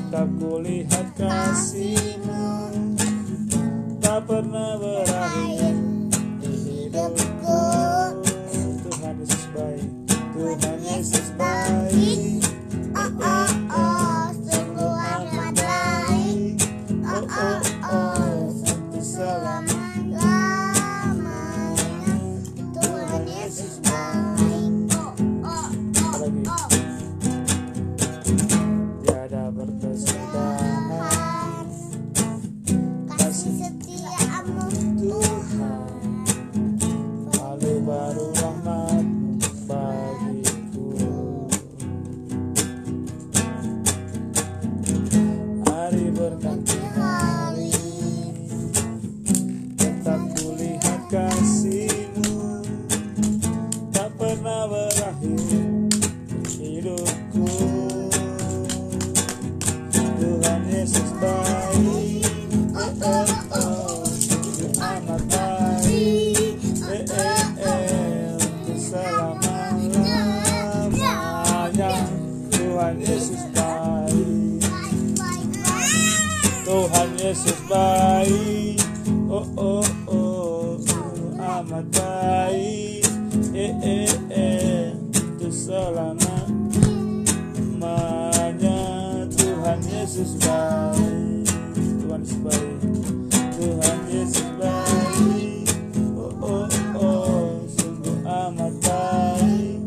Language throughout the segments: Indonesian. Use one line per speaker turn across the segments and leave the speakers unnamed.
tetap kulihat kasih-Mu tak pernah berakhir di hidupku. Tuhan Yesus baik, Tuhan Yesus baik.
Oh oh oh, sungguh amat baik. Oh oh oh, sungguh selama-lamanya Tuhan Yesus baik. Oh oh oh oh.
Tiada berkesudahan
Kasih setia-Mu Tuhan,
lalu baru rahmat-Mu bagiku. Hari berganti hari, tetap kulihat kasih-Mu tak pernah berakhir hidupku. Tuhan Yesus baik, oh oh oh, sungguh amat baik, untuk selama-lamanya. Tuhan Yesus baik, Tuhan Yesus baik, oh oh oh, sungguh amat baik, untuk selama-lamanya. Tuhan Yesus baik, Tuhan Yesus baik, Tuhan Yesus baik, oh oh oh, sungguh amat baik,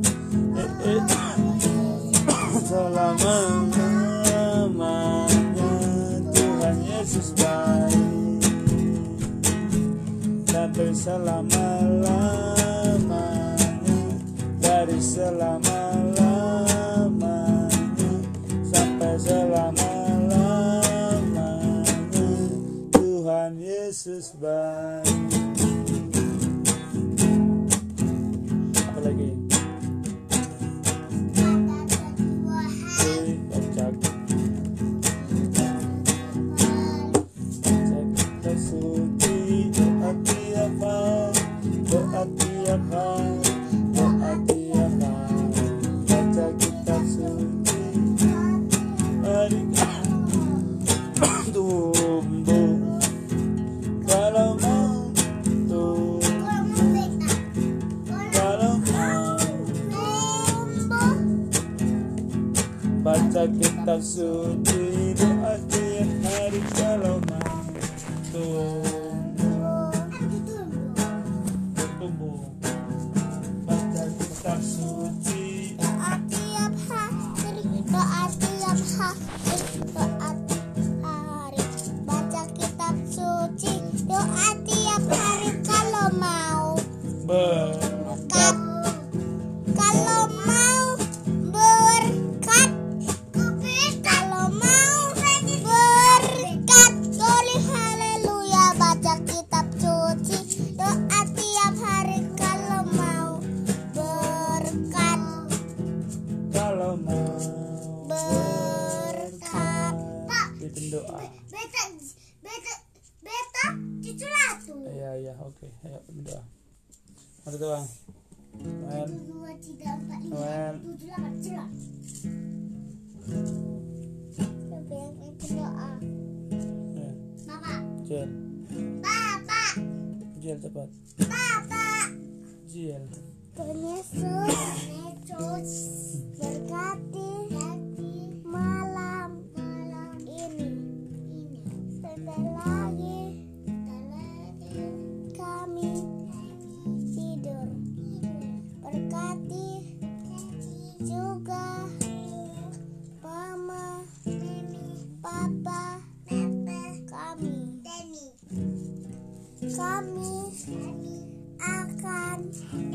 selama-lamanya. Tuhan Yesus baik, dan selama-lamanya, dari selama-lamanya sampai selama-lamanya. Tuhan Yesus baik. Apa lagi? Baca kitab suci, doa tiap hari, doa tiap hari, doa tiap hari. Baca kitab suci, mari tumbuh kalau mau tumbuh, kalau mau baca kitab suci, doa tiap hari kalau mau tumbuh, baca kitab suci,
doa tiap hari, doa tiap hari, doa tiap hari, baca kitab suci, doa tiap hari kalau mau berkat, kalau mau berkat, kalau mau berkat, Goli haleluya, baca kitab suci, doa tiap hari kalau mau berkat,
kalau mau
berkat. Pak,
pimpin doa.
beta cucu latu.
Iya, oke, ayo pimpin doa. Mari doa. Amen.
2, 3, 4, 5,
Amen.
7, 8, jelas. Siapa yang pimpin doa?
Ya,
Bapak.
Jiel,
Bapak.
Jiel cepat.
Bapak.
Jiel.
Tuhan Yesus berkati malam ini. Sebentar lagi kami tidur. Berkati juga mama, papa kami. Kami akan